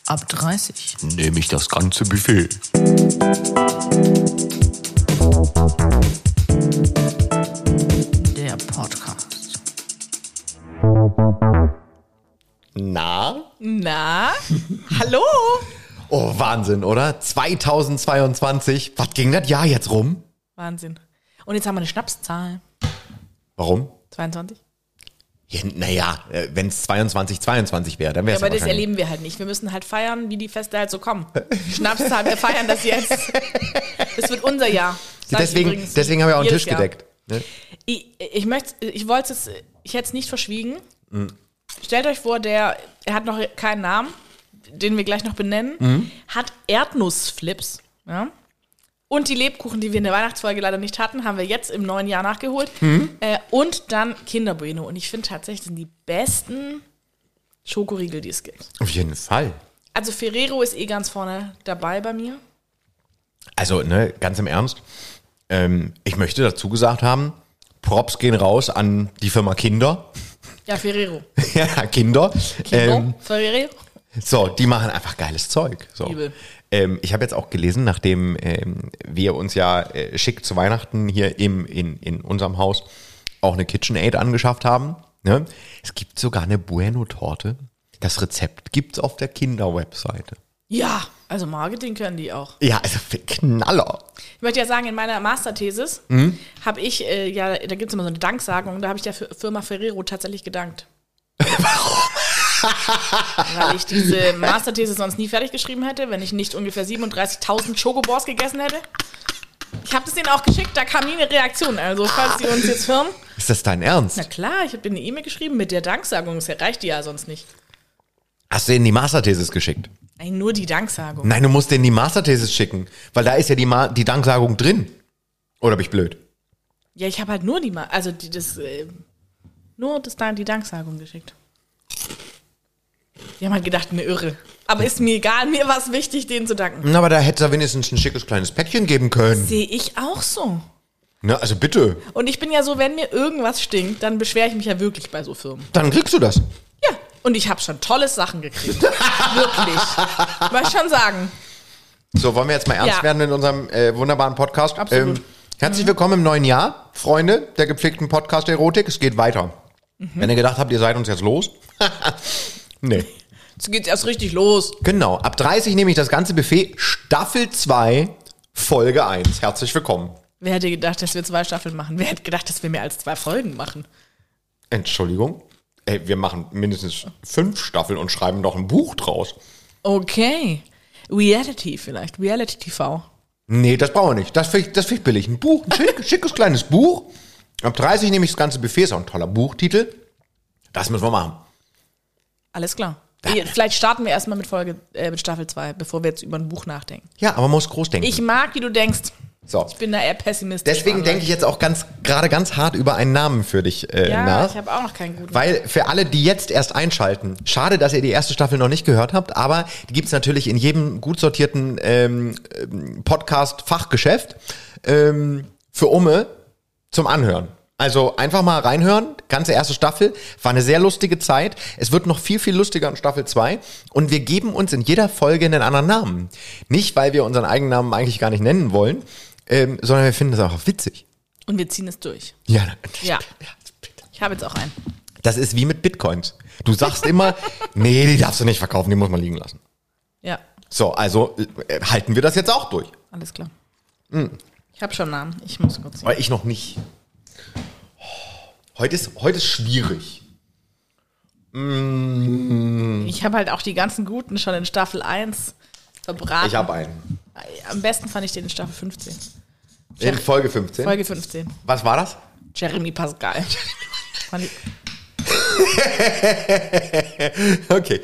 Ab 30 nehme ich das ganze Buffet. Der Podcast. Na? Hallo? Oh, Wahnsinn, oder? 2022. Was ging das Jahr jetzt rum? Wahnsinn. Und jetzt haben wir eine Schnapszahl. Warum? 22? Ja, naja, wenn es 22 wäre, dann wäre es Aber das erleben wir halt nicht. Wir müssen halt feiern, wie die Feste halt so kommen. Schnapszahl, wir feiern das jetzt. Das wird unser Jahr. Deswegen haben wir auch einen Tisch gedeckt. Ne? Ich hätte es nicht verschwiegen. Stellt euch vor, er hat noch keinen Namen, den wir gleich noch benennen, hat Erdnussflips, ja? Und die Lebkuchen, die wir in der Weihnachtsfolge leider nicht hatten, haben wir jetzt im neuen Jahr nachgeholt. Und dann Kinder Bueno. Und ich finde tatsächlich, das sind die besten Schokoriegel, die es gibt. Auf jeden Fall. Also Ferrero ist ganz vorne dabei bei mir. Also, ne, ganz im Ernst, ich möchte dazu gesagt haben, Props gehen raus an die Firma Kinder. Ja, Ferrero. Ja, Kinder. Ferrero. So, die machen einfach geiles Zeug. So. Übel. Ich habe jetzt auch gelesen, nachdem wir uns ja schick zu Weihnachten hier in unserem Haus auch eine KitchenAid angeschafft haben. Ne? Es gibt sogar eine Bueno-Torte. Das Rezept gibt's auf der Kinder-Webseite. Ja, also Marketing können die auch. Ja, also für Knaller. Ich möchte ja sagen, in meiner Masterthesis habe ich, da gibt es immer so eine Danksagung, da habe ich der Firma Ferrero tatsächlich gedankt. Warum? Weil ich diese Masterthese sonst nie fertig geschrieben hätte, wenn ich nicht ungefähr 37.000 Schokobors gegessen hätte. Ich habe das denen auch geschickt, da kam nie eine Reaktion. Also falls die uns jetzt hören. Ist das dein Ernst? Na klar, ich habe denen eine E-Mail geschrieben mit der Danksagung. Das reicht die ja sonst nicht. Hast du denen die Masterthesis geschickt? Nein, nur die Danksagung. Nein, du musst denen die Masterthesis schicken, weil da ist ja die Danksagung drin. Oder bin ich blöd? Ja, ich habe halt nur die Danksagung geschickt. Die haben halt gedacht, eine Irre. Aber ist mir egal, mir war es wichtig, denen zu danken. Na, aber da hätte es wenigstens ein schickes kleines Päckchen geben können. Sehe ich auch so. Na, also bitte. Und ich bin ja so, wenn mir irgendwas stinkt, dann beschwere ich mich ja wirklich bei so Firmen. Dann kriegst du das. Ja, und ich habe schon tolle Sachen gekriegt. Wirklich. Muss ich schon sagen. So, wollen wir jetzt mal ernst werden in unserem wunderbaren Podcast? Absolut. Herzlich willkommen im neuen Jahr, Freunde der gepflegten Podcast-Erotik. Es geht weiter. Wenn ihr gedacht habt, ihr seid uns jetzt los. Nee. Jetzt geht's erst richtig los. Genau, ab 30 nehme ich das ganze Buffet, Staffel 2, Folge 1. Herzlich willkommen. Wer hätte gedacht, dass wir 2 Staffeln machen? Wer hätte gedacht, dass wir mehr als 2 Folgen machen? Entschuldigung? Ey, wir machen mindestens 5 Staffeln und schreiben doch ein Buch draus. Okay. Reality vielleicht. Reality TV. Nee, das brauchen wir nicht. Das finde ich billig. Ein Buch, ein schickes kleines Buch. Ab 30 nehme ich das ganze Buffet, ist auch ein toller Buchtitel. Das müssen wir machen. Alles klar. Vielleicht starten wir erstmal mit Staffel 2, bevor wir jetzt über ein Buch nachdenken. Ja, aber man muss groß denken. Ich mag, wie du denkst. So. Ich bin da eher pessimistisch. Deswegen denke ich jetzt auch gerade ganz hart über einen Namen für dich nach. Ich habe auch noch keinen guten. Weil für alle, die jetzt erst einschalten, schade, dass ihr die erste Staffel noch nicht gehört habt, aber die gibt's natürlich in jedem gut sortierten Podcast-Fachgeschäft für Umme zum Anhören. Also einfach mal reinhören, ganze erste Staffel, war eine sehr lustige Zeit. Es wird noch viel, viel lustiger in Staffel 2 und wir geben uns in jeder Folge einen anderen Namen. Nicht, weil wir unseren eigenen Namen eigentlich gar nicht nennen wollen, sondern wir finden es auch witzig. Und wir ziehen es durch. Ja. Ich habe jetzt auch einen. Das ist wie mit Bitcoins. Du sagst immer, nee, die darfst du nicht verkaufen, die muss man liegen lassen. Ja, So, also halten wir das jetzt auch durch. alles klar. Ich habe schon einen Namen. Ich muss kurz sehen. Weil ich noch nicht. Heute ist schwierig. Ich habe halt auch die ganzen Guten schon in Staffel 1 verbraten. Ich habe einen. Am besten fand ich den in Staffel 15. In Folge 15. Folge 15. Was war das? Jeremy Pascal. Fand ich- Okay.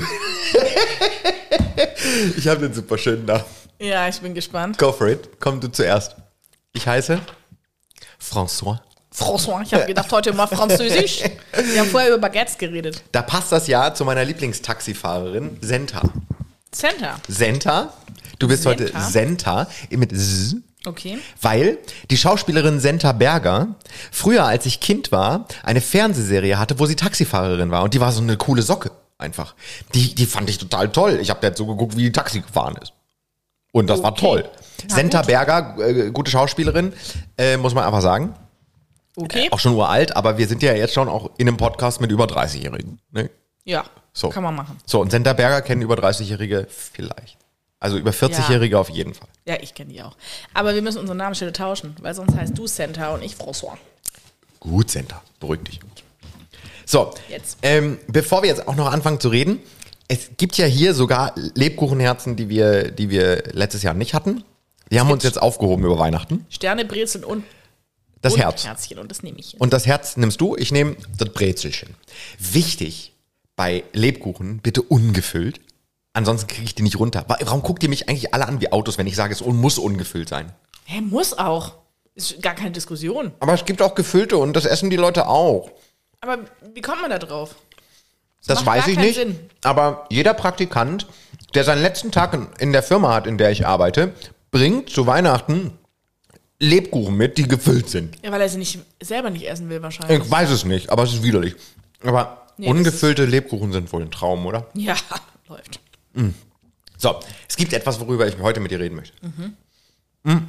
Ich habe den super schönen Namen. Ja, ich bin gespannt. Go for it. Komm du zuerst. Ich heiße François. François, ich habe gedacht, heute mal Französisch. Wir haben vorher über Baguettes geredet. Da passt das ja zu meiner Lieblingstaxifahrerin, Senta. Center. Senta. Du bist heute Senta. Senta mit S. Okay. Weil die Schauspielerin Senta Berger früher, als ich Kind war, eine Fernsehserie hatte, wo sie Taxifahrerin war. Und die war so eine coole Socke. einfach. Die fand ich total toll. Ich habe jetzt so geguckt, wie die Taxi gefahren ist. Und das war toll. Na Senta gut. Berger, gute Schauspielerin, muss man einfach sagen. Okay. Auch schon uralt, aber wir sind ja jetzt schon auch in einem Podcast mit über 30-Jährigen. Ne? Ja, So. kann man machen. So, und Senta Berger kennen über 30-Jährige vielleicht. Also über 40-Jährige auf jeden Fall. Ja, ich kenne die auch. Aber wir müssen unsere Namensschilder tauschen, weil sonst heißt du Senta und ich François. Gut, Senta, beruhig dich. So, Jetzt. bevor wir jetzt auch noch anfangen zu reden, es gibt ja hier sogar Lebkuchenherzen, die wir letztes Jahr nicht hatten. Die haben wir uns jetzt aufgehoben über Weihnachten. Sterne, Brezeln und Das Herz. Herzchen und das nehme ich. Und das Herz nimmst du, ich nehme das Brezelchen. Wichtig bei Lebkuchen, bitte ungefüllt. Ansonsten kriege ich die nicht runter. Warum guckt ihr mich eigentlich alle an wie Autos, wenn ich sage, es muss ungefüllt sein? Hä, muss auch. Ist gar keine Diskussion. Aber es gibt auch gefüllte und das essen die Leute auch. Aber wie kommt man da drauf? Das macht weiß gar ich keinen nicht. Sinn. Aber jeder Praktikant, der seinen letzten Tag in der Firma hat, in der ich arbeite, bringt zu Weihnachten Lebkuchen mit, die gefüllt sind. Ja, weil er sie selber nicht essen will wahrscheinlich. Ich weiß es nicht, aber es ist widerlich. Aber Nee, ungefüllte Lebkuchen sind wohl ein Traum, oder? Ja, läuft. So, es gibt etwas, worüber ich heute mit dir reden möchte. Mhm.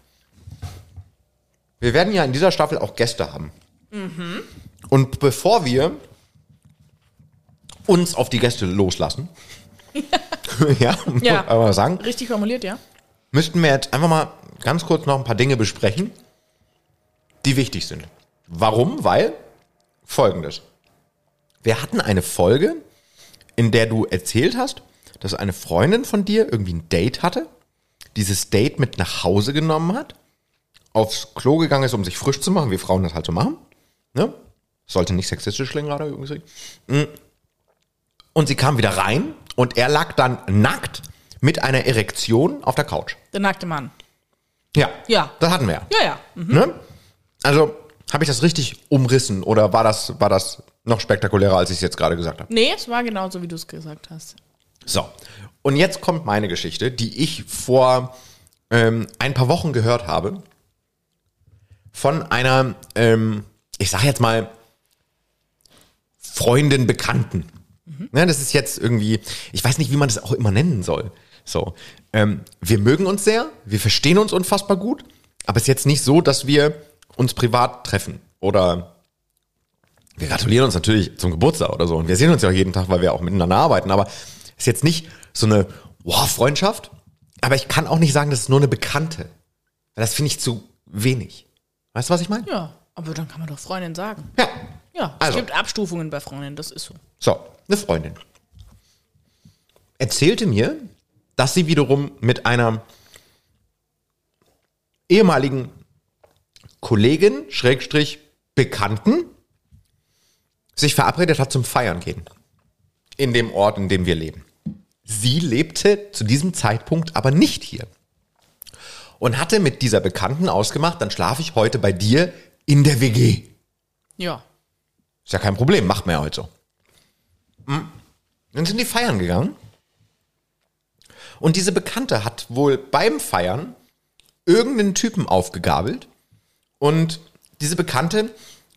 Wir werden ja in dieser Staffel auch Gäste haben. Und bevor wir uns auf die Gäste loslassen, ja, muss Ja. man aber sagen, Richtig formuliert, ja? müssten wir jetzt einfach mal ganz kurz noch ein paar Dinge besprechen, die wichtig sind. Warum? Weil Folgendes. Wir hatten eine Folge, in der du erzählt hast, dass eine Freundin von dir irgendwie ein Date hatte, dieses Date mit nach Hause genommen hat, aufs Klo gegangen ist, um sich frisch zu machen, wie Frauen das halt so machen. Ne? Sollte nicht sexistisch klingen gerade irgendwie. Und sie kam wieder rein und er lag dann nackt mit einer Erektion auf der Couch. Der nackte Mann. Ja. Ja. Das hatten wir ja. Ja, ja. Mhm. Ne? Also, habe ich das richtig umrissen oder war das noch spektakulärer, als ich es jetzt gerade gesagt habe? Nee, es war genauso, wie du es gesagt hast. So, und jetzt kommt meine Geschichte, die ich vor ein paar Wochen gehört habe von einer, ich sag jetzt mal, Freundin, Bekannten. Ne, das ist jetzt irgendwie, ich weiß nicht, wie man das auch immer nennen soll. So, wir mögen uns sehr, wir verstehen uns unfassbar gut, aber es ist jetzt nicht so, dass wir uns privat treffen oder wir gratulieren uns natürlich zum Geburtstag oder so und wir sehen uns ja auch jeden Tag, weil wir auch miteinander arbeiten, aber es ist jetzt nicht so eine Freundschaft, aber ich kann auch nicht sagen, das ist nur eine Bekannte, weil das finde ich zu wenig. Weißt du, was ich meine? Ja, aber dann kann man doch Freundin sagen. Ja. Ja, Also. es gibt Abstufungen bei Freundinnen, das ist so. So, eine Freundin erzählte mir, dass sie wiederum mit einer ehemaligen Kollegin, Schrägstrich Bekannten, sich verabredet hat zum Feiern gehen. In dem Ort, in dem wir leben. Sie lebte zu diesem Zeitpunkt aber nicht hier. Und hatte mit dieser Bekannten ausgemacht, dann schlafe ich heute bei dir in der WG. Ja. Ist ja kein Problem, macht man ja heute so. Dann sind die feiern gegangen. Und diese Bekannte hat wohl beim Feiern irgendeinen Typen aufgegabelt. Und diese Bekannte,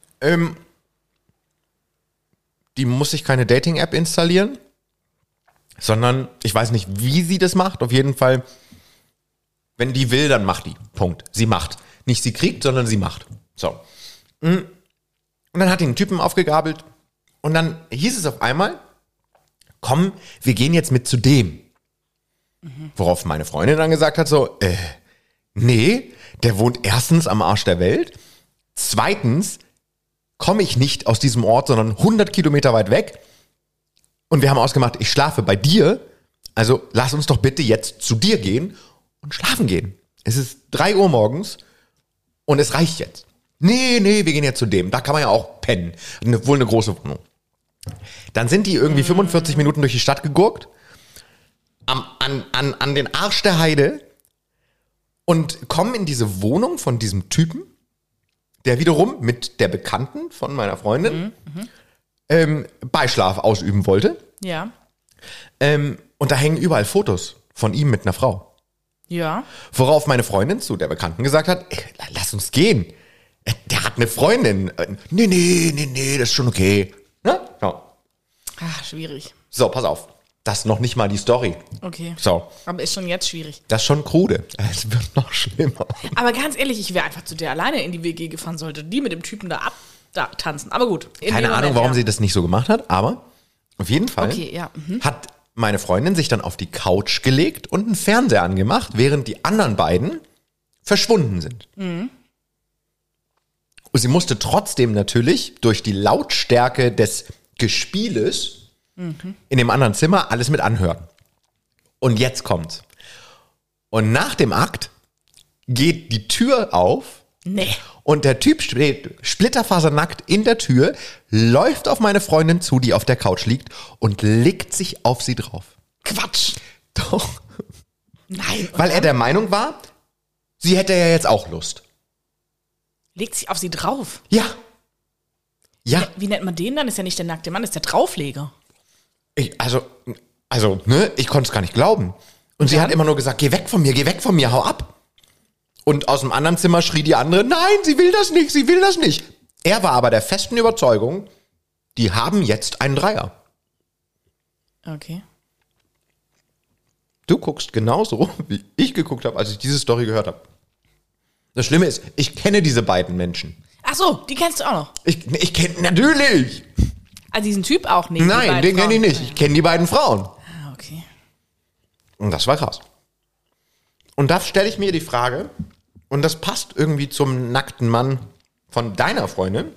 die muss sich keine Dating-App installieren, sondern ich weiß nicht, wie sie das macht. Auf jeden Fall, wenn die will, dann macht die. Punkt. Sie macht. Nicht sie kriegt, sondern sie macht. So. Und dann hat die einen Typen aufgegabelt. Und dann hieß es auf einmal, komm, wir gehen jetzt mit zu dem. Worauf meine Freundin dann gesagt hat, so, nee, der wohnt erstens am Arsch der Welt. Zweitens komme ich nicht aus diesem Ort, sondern 100 Kilometer weit weg. Und wir haben ausgemacht, ich schlafe bei dir. Also lass uns doch bitte jetzt zu dir gehen und schlafen gehen. Es ist 3 Uhr morgens und es reicht jetzt. Nee, wir gehen jetzt zu dem. Da kann man ja auch pennen. Wohl eine große Wohnung. Dann sind die irgendwie 45 Minuten durch die Stadt gegurkt. An den Arsch der Heide. Und kommen in diese Wohnung von diesem Typen, der wiederum mit der Bekannten von meiner Freundin Beischlaf ausüben wollte. Ja. Und da hängen überall Fotos von ihm mit einer Frau. Ja. Worauf meine Freundin zu der Bekannten gesagt hat, lass uns gehen. Der hat eine Freundin. Nee, das ist schon okay. Ne? Ja. Ach, schwierig. So, pass auf. Das ist noch nicht mal die Story. Okay. So, Aber ist schon jetzt schwierig. das ist schon krude. Es wird noch schlimmer. Aber ganz ehrlich, ich wäre einfach zu der alleine in die WG gefahren, sollte die mit dem Typen da abtanzen. Aber gut. in Keine dem Ahnung, Moment, warum ja. sie das nicht so gemacht hat, aber auf jeden Fall Okay, ja. hat meine Freundin sich dann auf die Couch gelegt und einen Fernseher angemacht, während die anderen beiden verschwunden sind. Und sie musste trotzdem natürlich durch die Lautstärke des Gespieles in dem anderen Zimmer alles mit anhören. Und jetzt kommt's. Und nach dem Akt geht die Tür auf Nee. und der Typ steht splitterfasernackt in der Tür, läuft auf meine Freundin zu, die auf der Couch liegt und legt sich auf sie drauf. Quatsch. Doch. Nein. und Weil er dann der Meinung war, sie hätte ja jetzt auch Lust. legt sich auf sie drauf. Ja. Ja. Wie nennt man den dann? Ist ja nicht der nackte Mann, ist der Draufleger. Ich konnte es gar nicht glauben. Und sie Ja. hat immer nur gesagt, geh weg von mir, hau ab. Und aus dem anderen Zimmer schrie die andere, nein, sie will das nicht. Er war aber der festen Überzeugung, die haben jetzt einen Dreier. Okay. Du guckst genauso, wie ich geguckt habe, als ich diese Story gehört habe. Das Schlimme ist, ich kenne diese beiden Menschen. Ach so, die kennst du auch noch. Ich kenne natürlich. Also diesen Typ auch nicht. die Nein, beiden den kenne ich Frauen. nicht. Ich kenne die beiden Frauen. Ah, okay. Und das war krass. Und da stelle ich mir die Frage, und das passt irgendwie zum nackten Mann von deiner Freundin.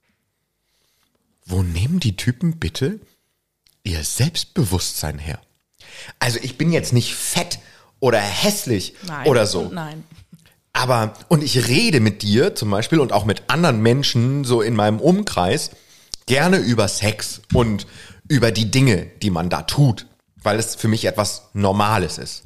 Wo nehmen die Typen bitte ihr Selbstbewusstsein her? Also ich bin jetzt nicht fett oder hässlich Nein. oder so. Und nein. Aber, und ich rede mit dir zum Beispiel und auch mit anderen Menschen so in meinem Umkreis gerne über Sex und über die Dinge, die man da tut, weil es für mich etwas Normales ist.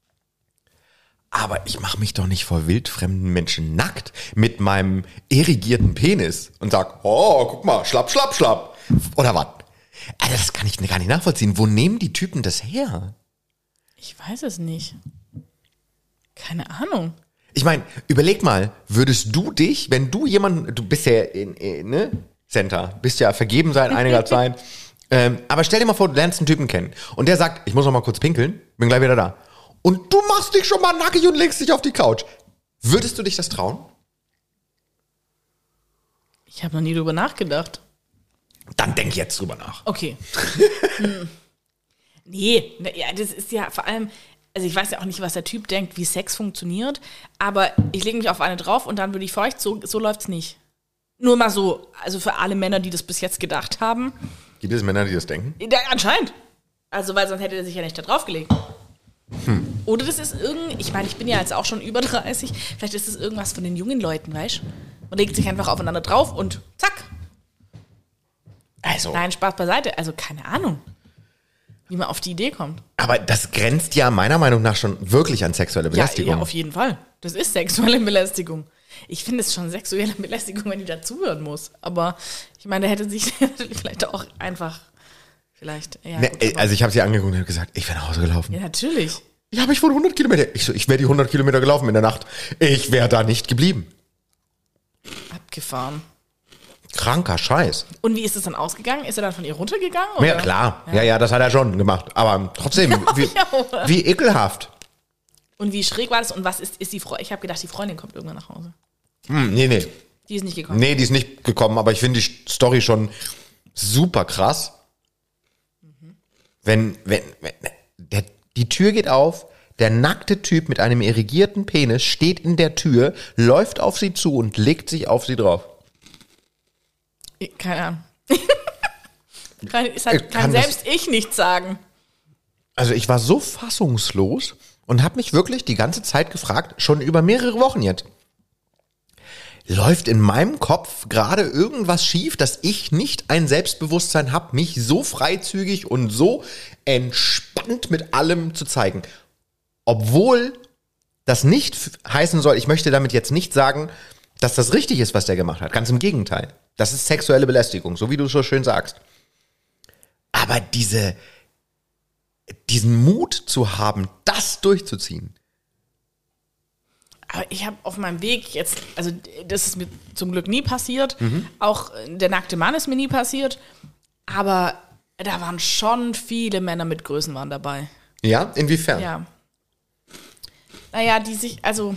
Aber ich mache mich doch nicht vor wildfremden Menschen nackt mit meinem erigierten Penis und sag, oh, guck mal, schlapp, schlapp, schlapp. Oder was? Also das kann ich gar nicht nachvollziehen. Wo nehmen die Typen das her? Ich weiß es nicht. Keine Ahnung. Ich meine, überleg mal, würdest du dich, wenn du jemanden, du bist ja, ne, Center, bist ja vergeben seit einiger Zeit, aber stell dir mal vor, du lernst einen Typen kennen und der sagt, ich muss noch mal kurz pinkeln, bin gleich wieder da. Und du machst dich schon mal nackig und legst dich auf die Couch. Würdest du dich das trauen? Ich habe noch nie drüber nachgedacht. Dann denk jetzt drüber nach. Okay. Nee, ja, das ist ja vor allem, also ich weiß ja auch nicht, was der Typ denkt, wie Sex funktioniert, aber ich lege mich auf eine drauf und dann würde ich feucht, so läuft's nicht. Nur mal so, also für alle Männer, die das bis jetzt gedacht haben. Gibt es Männer, die das denken? Ja, anscheinend. Also, weil sonst hätte er sich ja nicht da drauf gelegt. Oder das ist ich meine, ich bin ja jetzt auch schon über 30, vielleicht ist das irgendwas von den jungen Leuten, weißt du? Man legt sich einfach aufeinander drauf und zack. Also, Nein, Spaß beiseite. Also, keine Ahnung, wie man auf die Idee kommt. aber das grenzt ja meiner Meinung nach schon wirklich an sexuelle Belästigung. Ja, auf jeden Fall. Das ist sexuelle Belästigung. Ich finde es schon sexuelle Belästigung, wenn die dazuhören muss. Aber ich meine, der hätte sich vielleicht auch einfach ja, Ne, gut, aber- also ich habe sie angeguckt und habe gesagt, ich wäre nach Hause gelaufen. ja, natürlich. Ja, aber ich wohne 100 Kilometer. Ich wäre die 100 Kilometer gelaufen in der Nacht. Ich wäre da nicht geblieben. Abgefahren. Kranker Scheiß. Und wie ist es dann ausgegangen? Ist er dann von ihr runtergegangen? Oder? Ja, klar. Ja, das hat er schon gemacht. Aber trotzdem, wie ekelhaft. Und wie schräg war das? Und was ist die Freundin? Ich habe gedacht, die Freundin kommt irgendwann nach Hause. Nee. Die ist nicht gekommen. Nee, die ist nicht gekommen, aber ich finde die Story schon super krass. Wenn die Tür geht auf, der nackte Typ mit einem erigierten Penis steht in der Tür, läuft auf sie zu und legt sich auf sie drauf. Keine Ahnung. Ich Kann kann das- selbst ich nichts sagen. Also ich war so fassungslos und habe mich wirklich die ganze Zeit gefragt, schon über mehrere Wochen jetzt. Läuft in meinem Kopf gerade irgendwas schief, dass ich nicht ein Selbstbewusstsein habe, mich so freizügig und so entspannt mit allem zu zeigen. Obwohl das nicht heißen soll, ich möchte damit jetzt nicht sagen, dass das richtig ist, was der gemacht hat. Ganz im Gegenteil. Das ist sexuelle Belästigung, so wie du so schön sagst. Aber diesen Mut zu haben, das durchzuziehen. Aber ich habe auf meinem Weg jetzt, also das ist mir zum Glück nie passiert. Auch der nackte Mann ist mir nie passiert. Aber Da waren schon viele Männer mit Größen waren dabei. Ja, inwiefern? Ja. Naja, also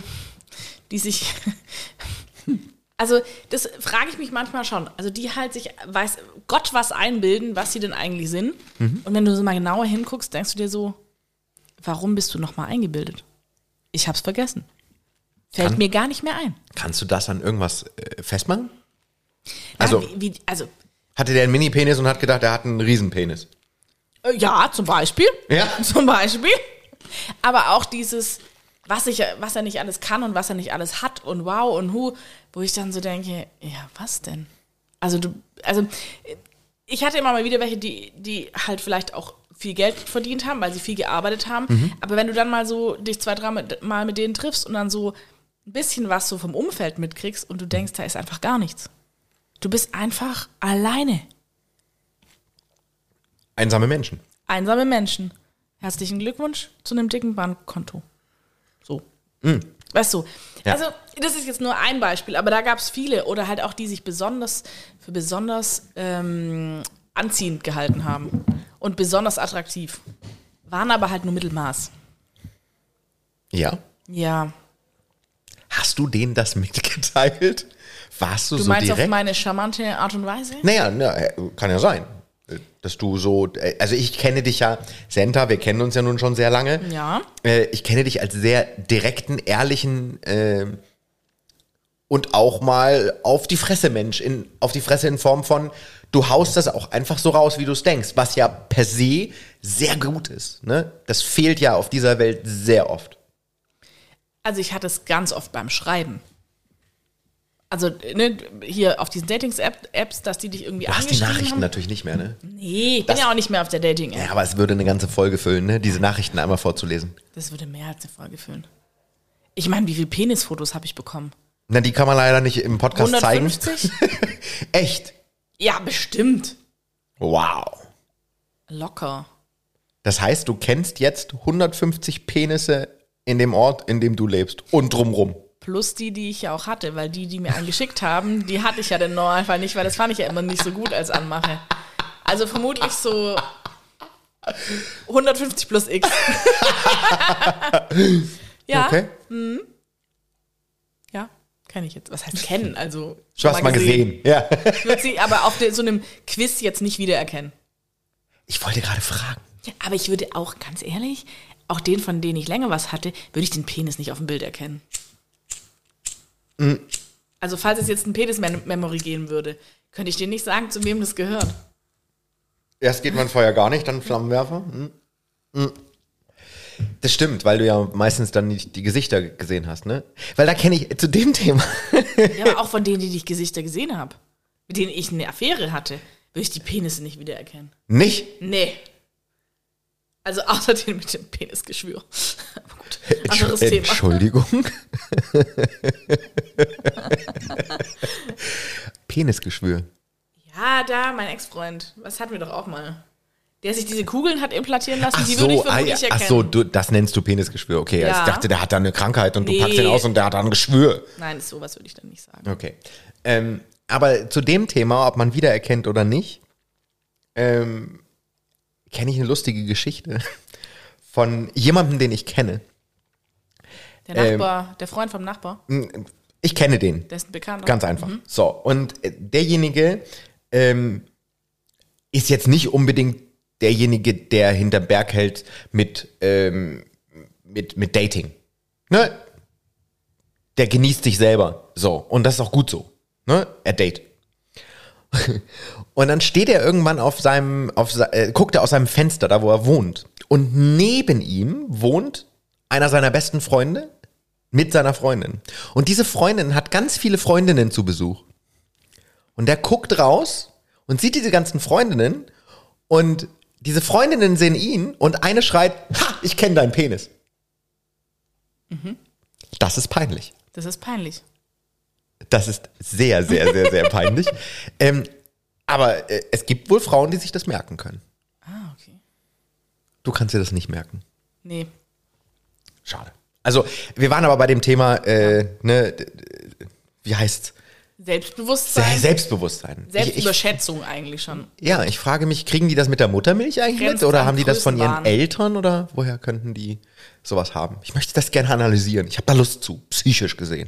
das frage ich mich manchmal schon. Also die halt sich, weiß Gott was einbilden, was sie denn eigentlich sind. Und wenn du so mal genauer hinguckst, denkst du dir so, warum bist du nochmal eingebildet? Ich hab's vergessen. Fällt mir gar nicht mehr ein. Kannst du das an irgendwas festmachen? Also, Also, hatte der einen Mini-Penis und hat gedacht, er hat einen Riesenpenis? Ja, zum Beispiel. Ja. Zum Beispiel. Aber auch dieses, was er nicht alles kann und was er nicht alles hat und wow und hu, wo ich dann so denke, ja, was denn? Also ich hatte immer mal wieder welche, die halt vielleicht auch viel Geld verdient haben, weil sie viel gearbeitet haben. Aber wenn du dann mal so dich 2-3 Mal mit denen triffst und dann so ein bisschen was so vom Umfeld mitkriegst und du denkst, da ist einfach gar nichts. Du bist einfach alleine. Einsame Menschen. Einsame Menschen. Herzlichen Glückwunsch zu einem dicken Bankkonto. So. Weißt du, Ja. also das ist jetzt nur ein Beispiel, aber da gab es viele oder halt auch, die sich für besonders anziehend gehalten haben und besonders attraktiv. Waren aber halt nur Mittelmaß. Ja. Ja. Hast du denen das mitgeteilt? Warst du Du so meinst direkt? auf meine charmante Art und Weise? Naja, kann ja sein. Dass du so, also ich kenne dich ja, Senta, wir kennen uns ja nun schon sehr lange. Ja. Ich kenne dich als sehr direkten, ehrlichen und auch mal auf die Fresse Mensch, auf die Fresse in Form von, du haust das auch einfach so raus, wie du es denkst, was ja per se sehr gut ist. Ne? Das fehlt ja auf dieser Welt sehr oft. Also ich hatte es ganz oft beim Schreiben. Also ne, hier auf diesen Dating-Apps, dass die dich irgendwie Du hast die angeschrieben Nachrichten haben. natürlich nicht mehr, ne? Nee, ich bin ja auch nicht mehr auf der Dating-App. Ja, aber es würde eine ganze Folge füllen, ne? Diese Nachrichten einmal vorzulesen. Das würde mehr als eine Folge füllen. Ich meine, wie viele Penisfotos habe ich bekommen? Na, die kann man leider nicht im Podcast 150? zeigen. Echt? Ja, bestimmt. Wow. Locker. Das heißt, du kennst jetzt 150 Penisse in dem Ort, in dem du lebst und drumrum. Plus die ich ja auch hatte, weil die mir einen geschickt haben, die hatte ich ja den Normalfall nicht, weil das fand ich ja immer nicht so gut als Anmache. Also vermutlich so 150 plus X. Ja. Okay. Ja, kenne ich jetzt. Was heißt kennen? Also Du hast mal gesehen. Ja. Ich würde sie aber auf so einem Quiz jetzt nicht wiedererkennen. Ich wollte gerade fragen. Aber ich würde auch, ganz ehrlich, auch den, von denen ich länger was hatte, würde ich den Penis nicht auf dem Bild erkennen. Also falls es jetzt ein Penis-Memory geben würde, könnte ich dir nicht sagen, zu wem das gehört. Erst geht man vorher gar nicht, dann Flammenwerfer. Das stimmt, weil du ja meistens dann nicht die Gesichter gesehen hast, ne? Weil da kenne ich zu dem Thema. Ja, aber auch von denen, die ich Gesichter gesehen habe, mit denen ich eine Affäre hatte, würde ich die Penisse nicht wiedererkennen. Nicht? Nee. Also außer den mit dem Penisgeschwür. Aber gut, anderes Thema. Entschuldigung. Penisgeschwür. Ja, da, mein Ex-Freund. Was hatten wir doch auch mal. Der sich diese Kugeln hat implantieren lassen, die würde ich vermutlich erkennen. Ach so, das nennst du Penisgeschwür. Okay, Ja. ich dachte, der hat da eine Krankheit und Nee. du packst ihn aus und der hat da ein Geschwür. Nein, sowas würde ich dann nicht sagen. Okay. Aber zu dem Thema, ob man wiedererkennt oder nicht, kenne ich eine lustige Geschichte von jemandem, den ich kenne. Der Nachbar, der Freund vom Nachbar, Ich kenne den. der ist ein Bekannter. Ganz einfach. So, und derjenige ist jetzt nicht unbedingt derjenige, der hinterm Berg hält mit Dating. Ne? Der genießt sich selber. So, und das ist auch gut so. Ne? Er date. Und dann steht er irgendwann guckt er aus seinem Fenster, da wo er wohnt. Und neben ihm wohnt einer seiner besten Freunde mit seiner Freundin. Und diese Freundin hat ganz viele Freundinnen zu Besuch. Und der guckt raus und sieht diese ganzen Freundinnen und diese Freundinnen sehen ihn und eine schreit, ha, ich kenne deinen Penis. Das ist peinlich. Das ist peinlich. Das ist sehr, sehr, sehr, sehr peinlich. Aber es gibt wohl Frauen, die sich das merken können. Ah, okay. Du kannst dir das nicht merken. Nee. Schade. Also, wir waren aber bei dem Thema, wie heißt's? Selbstbewusstsein. Selbstbewusstsein. Selbstüberschätzung eigentlich schon. Ich frage mich, kriegen die das mit der Muttermilch eigentlich mit? Oder haben die das von ihren Größenwahn. Eltern? Oder woher könnten die sowas haben? Ich möchte das gerne analysieren. Ich habe da Lust zu, psychisch gesehen.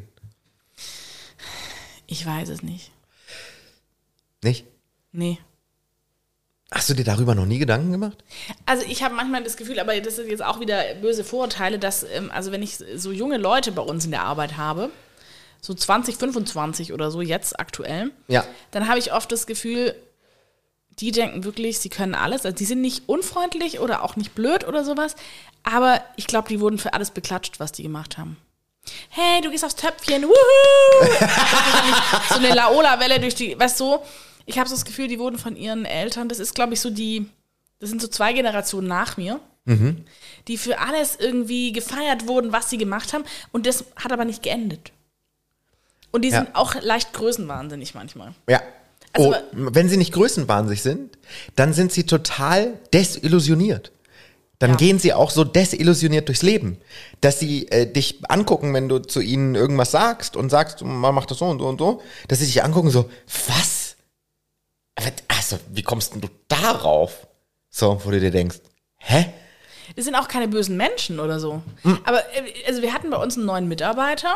Ich weiß es nicht. Nicht? Nee. Hast du dir darüber noch nie Gedanken gemacht? Also ich habe manchmal das Gefühl, aber das sind jetzt auch wieder böse Vorurteile, dass, also wenn ich so junge Leute bei uns in der Arbeit habe, so 20, 25 oder so jetzt aktuell, Ja. dann habe ich oft das Gefühl, die denken wirklich, sie können alles. Also die sind nicht unfreundlich oder auch nicht blöd oder sowas, aber ich glaube, die wurden für alles beklatscht, was die gemacht haben. Hey, du gehst aufs Töpfchen, wuhu! So eine Laola-Welle durch die, weißt du, ich habe so das Gefühl, die wurden von ihren Eltern, das ist, glaube ich, das sind so 2 Generationen nach mir, die für alles irgendwie gefeiert wurden, was sie gemacht haben, und das hat aber nicht geendet. Und die sind auch leicht größenwahnsinnig manchmal. Ja. Also, wenn sie nicht größenwahnsinnig sind, dann sind sie total desillusioniert. Dann gehen sie auch so desillusioniert durchs Leben, dass sie dich angucken, wenn du zu ihnen irgendwas sagst und sagst, man macht das so und so und so, dass sie dich angucken so, was? Also, wie kommst denn du darauf? So, wo du dir denkst, hä? das sind auch keine bösen Menschen oder so. Aber also wir hatten bei uns einen neuen Mitarbeiter,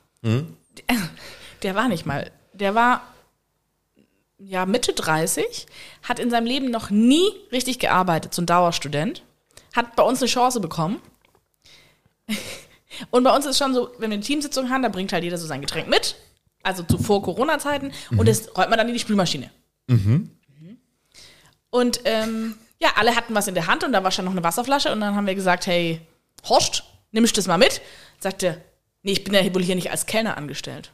der war nicht mal, der war ja Mitte 30, hat in seinem Leben noch nie richtig gearbeitet, so ein Dauerstudent, hat bei uns eine Chance bekommen. Und bei uns ist schon so, wenn wir eine Teamsitzung haben, da bringt halt jeder so sein Getränk mit, also zu vor Corona-Zeiten, und das räumt man dann in die Spülmaschine. Und alle hatten was in der Hand und da war schon noch eine Wasserflasche, und dann haben wir gesagt, hey, Horst, nimmst du das mal mit? Sagte, nee, ich bin ja wohl hier nicht als Kellner angestellt.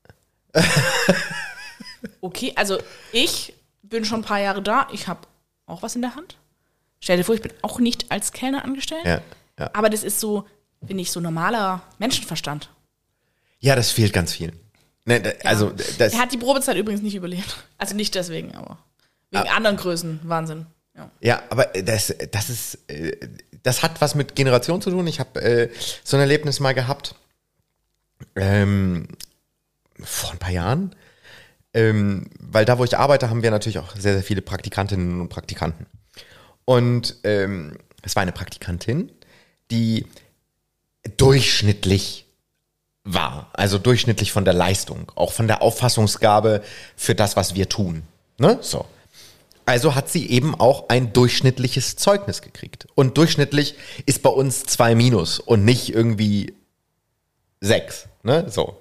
Okay, also ich bin schon ein paar Jahre da, ich habe auch was in der Hand. Stell dir vor, ich bin auch nicht als Kellner angestellt. Ja. Aber das ist so, finde ich, so normaler Menschenverstand. Ja, das fehlt ganz vielen. Ne, also, das, Er hat die Probezeit übrigens nicht überlebt. Also nicht deswegen, aber wegen anderen Größen. Wahnsinn. ja, aber das hat was mit Generation zu tun. Ich habe so ein Erlebnis mal gehabt, vor ein paar Jahren, weil da, wo ich arbeite, haben wir natürlich auch sehr, sehr viele Praktikantinnen und Praktikanten. Und es war eine Praktikantin, die durchschnittlich war, also durchschnittlich von der Leistung, auch von der Auffassungsgabe für das, was wir tun. Ne? So. Also hat sie eben auch ein durchschnittliches Zeugnis gekriegt. Und durchschnittlich ist bei uns 2- und nicht irgendwie 6. Ne? So.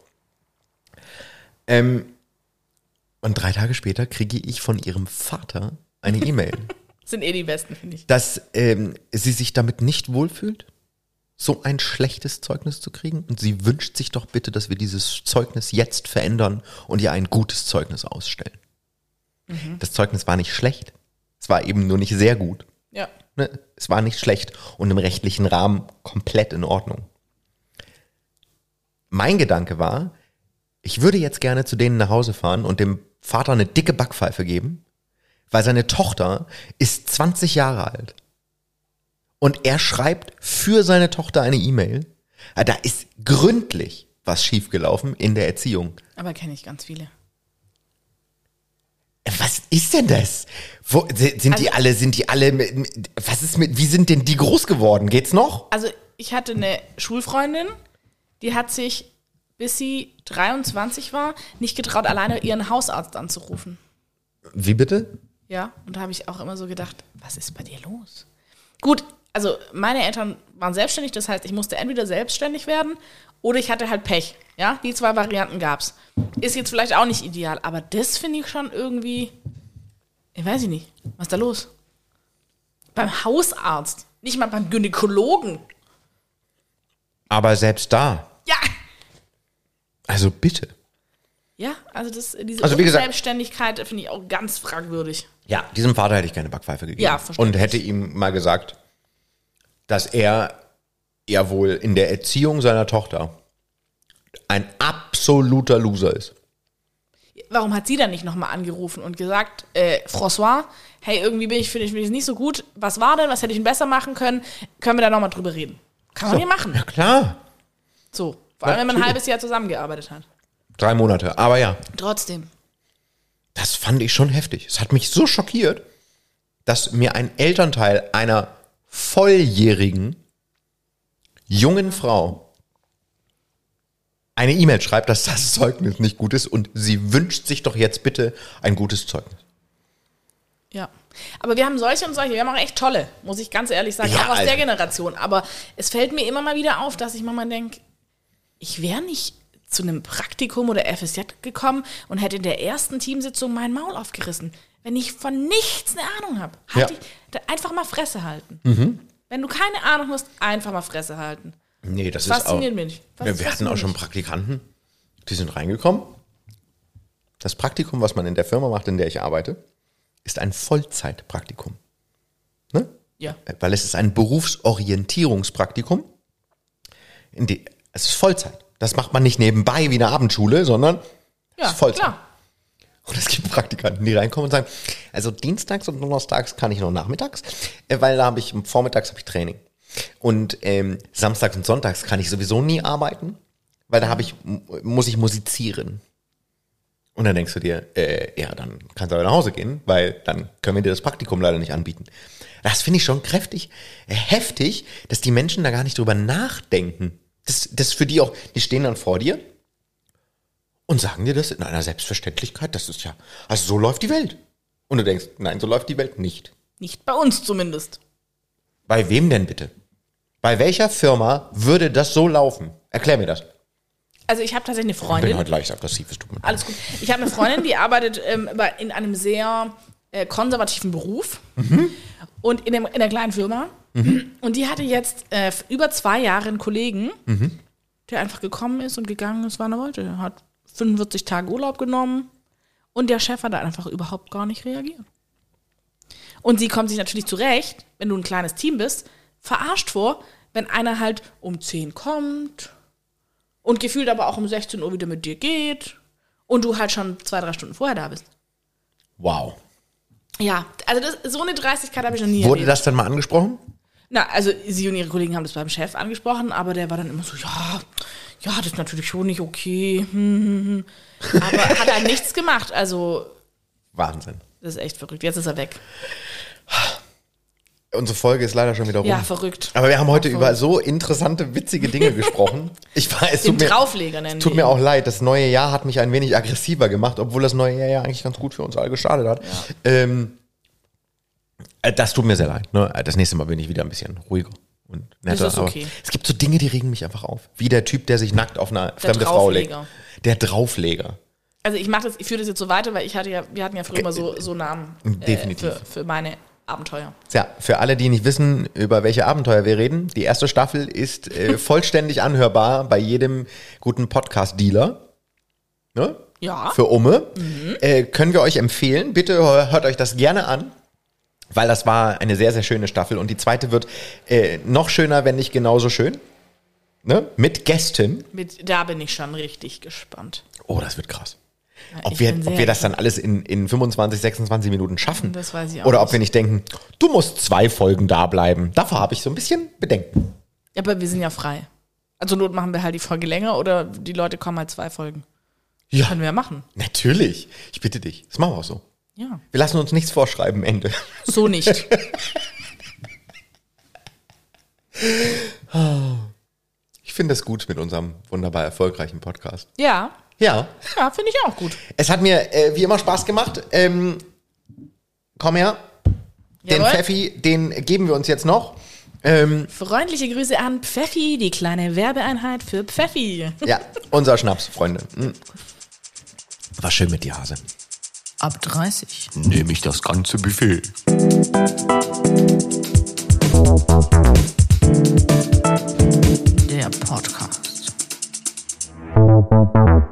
Und 3 Tage später kriege ich von ihrem Vater eine E-Mail, Sind die Besten, finde ich. dass sie sich damit nicht wohlfühlt, so ein schlechtes Zeugnis zu kriegen. Und sie wünscht sich doch bitte, dass wir dieses Zeugnis jetzt verändern und ihr ein gutes Zeugnis ausstellen. Das Zeugnis war nicht schlecht. Es war eben nur nicht sehr gut. Ja. Ne? Es war nicht schlecht und im rechtlichen Rahmen komplett in Ordnung. Mein Gedanke war, ich würde jetzt gerne zu denen nach Hause fahren und dem Vater eine dicke Backpfeife geben, weil seine Tochter ist 20 Jahre alt. Und er schreibt für seine Tochter eine E-Mail. Da ist gründlich was schiefgelaufen in der Erziehung. Aber kenne ich ganz viele. Was ist denn das? Sind die alle, wie sind denn die groß geworden? Geht's noch? Also ich hatte eine Schulfreundin, die hat sich, bis sie 23 war, nicht getraut, alleine ihren Hausarzt anzurufen. Wie bitte? Ja, und da habe ich auch immer so gedacht, was ist bei dir los? Gut, also meine Eltern waren selbstständig, das heißt, ich musste entweder selbstständig werden oder ich hatte halt Pech. Ja, die 2 Varianten gab's. Ist jetzt vielleicht auch nicht ideal, aber das finde ich schon irgendwie, ich weiß nicht, was ist da los? Beim Hausarzt, nicht mal beim Gynäkologen. Aber selbst da. Ja. Also bitte. Ja, also diese Also wie gesagt- Selbstständigkeit finde ich auch ganz fragwürdig. Ja, diesem Vater hätte ich keine Backpfeife gegeben. Ja, verständlich. Und hätte ihm mal gesagt, dass er ja wohl in der Erziehung seiner Tochter ein absoluter Loser ist. Warum hat sie dann nicht nochmal angerufen und gesagt, François, hey, irgendwie finde ich nicht so gut. Was war denn? Was hätte ich denn besser machen können? Können wir da nochmal drüber reden? Kann man hier machen. Ja, klar. So, vor allem, wenn man ein Natürlich. halbes Jahr zusammengearbeitet hat. 3 Monate, aber ja. Trotzdem. Das fand ich schon heftig. Es hat mich so schockiert, dass mir ein Elternteil einer volljährigen, jungen Frau eine E-Mail schreibt, dass das Zeugnis nicht gut ist und sie wünscht sich doch jetzt bitte ein gutes Zeugnis. Ja. Aber wir haben solche und solche, wir haben auch echt tolle, muss ich ganz ehrlich sagen, Ja, auch aus Alter. der Generation. Aber es fällt mir immer mal wieder auf, dass ich manchmal denke, ich wäre nicht zu einem Praktikum oder FSJ gekommen und hätte in der ersten Teamsitzung mein Maul aufgerissen. Wenn ich von nichts eine Ahnung habe, einfach mal Fresse halten. Wenn du keine Ahnung hast, einfach mal Fresse halten. Nee, das ist auch... Fasziniert mich. Ja, wir hatten auch schon Praktikanten, die sind reingekommen. Das Praktikum, was man in der Firma macht, in der ich arbeite, ist ein Vollzeitpraktikum. Ne? Ja. Weil es ist ein Berufsorientierungspraktikum. Es ist Vollzeit. Das macht man nicht nebenbei wie eine Abendschule, sondern es ist Vollzeit. Klar. Und es gibt Praktikanten, die reinkommen und sagen, also dienstags und donnerstags kann ich noch nachmittags, weil da vormittags habe ich Training. Und samstags und sonntags kann ich sowieso nie arbeiten, weil da muss ich musizieren. Und dann denkst du dir, ja, dann kannst du aber nach Hause gehen, weil dann können wir dir das Praktikum leider nicht anbieten. Das finde ich schon heftig, dass die Menschen da gar nicht drüber nachdenken. Das für die auch, die stehen dann vor dir und sagen dir das in einer Selbstverständlichkeit, das ist ja, also so läuft die Welt. Und du denkst, nein, so läuft die Welt nicht. Nicht bei uns zumindest. Bei wem denn bitte? Bei welcher Firma würde das so laufen? Erklär mir das. Also ich habe tatsächlich eine Ich Freundin. bin halt leicht aggressiv, es tut mir leid. Alles gut. Ich habe eine Freundin, die arbeitet in einem sehr konservativen Beruf und in einer kleinen Firma. Und die hatte jetzt über 2 Jahre einen Kollegen, der einfach gekommen ist und gegangen ist, wann er wollte. Er hat 45 Tage Urlaub genommen und der Chef hat da einfach überhaupt gar nicht reagiert. Und sie kommt sich natürlich zurecht, wenn du ein kleines Team bist, verarscht vor, wenn einer halt um 10 kommt und gefühlt aber auch um 16 Uhr wieder mit dir geht und du halt schon 2-3 Stunden vorher da bist. Wow. Ja, also so eine Dreistigkeit habe ich noch nie Wurde erlebt. das dann mal angesprochen? Na, also sie und ihre Kollegen haben das beim Chef angesprochen, aber der war dann immer so, ja, das ist natürlich schon nicht okay. Aber hat halt nichts gemacht, also Wahnsinn. das ist echt verrückt. Jetzt ist er weg. Unsere Folge ist leider schon wieder rum. Ja, verrückt. Aber wir haben heute über so interessante, witzige Dinge gesprochen. Es Den Draufleger nennen tut mir auch leid, das neue Jahr hat mich ein wenig aggressiver gemacht, obwohl das neue Jahr ja eigentlich ganz gut für uns alle gestartet hat. Ja. Das tut mir sehr leid. Ne? Das nächste Mal bin ich wieder ein bisschen ruhiger und netter. Das ist okay. Aber es gibt so Dinge, die regen mich einfach auf. Wie der Typ, der sich nackt auf eine fremde Frau legt. Der Draufleger. Also ich führe das jetzt so weiter, weil wir hatten ja früher immer so Namen Definitiv. Für meine Abenteuer. Ja, für alle, die nicht wissen, über welche Abenteuer wir reden, die erste Staffel ist vollständig anhörbar bei jedem guten Podcast-Dealer. Ne? Ja. Für Umme. Können wir euch empfehlen. Bitte hört euch das gerne an, weil das war eine sehr, sehr schöne Staffel. Und die zweite wird noch schöner, wenn nicht genauso schön. Ne? Mit Gästen. Da bin ich schon richtig gespannt. Oh, das wird krass. Ja, Ob wir das dann alles in 25, 26 Minuten schaffen. Das weiß ich auch Oder ob nicht. wir nicht denken, du musst 2 Folgen da bleiben. Davor habe ich so ein bisschen Bedenken. Ja, aber wir sind ja frei. Also Not machen wir halt die Folge länger oder die Leute kommen halt 2 Folgen. Ja, Können wir ja machen. natürlich. Ich bitte dich. Das machen wir auch so. Ja. Wir lassen uns nichts vorschreiben, Ende. So nicht. Ich finde es gut mit unserem wunderbar erfolgreichen Podcast. Ja. Ja, Ja, finde ich auch gut. es hat mir wie immer Spaß gemacht. Komm her. Den Jawohl. Pfeffi, den geben wir uns jetzt noch. Freundliche Grüße an Pfeffi, die kleine Werbeeinheit für Pfeffi. Ja, unser Schnaps, Freunde. War schön mit dir, Hase. Ab 30. Nehme ich das ganze Buffet. Der Podcast.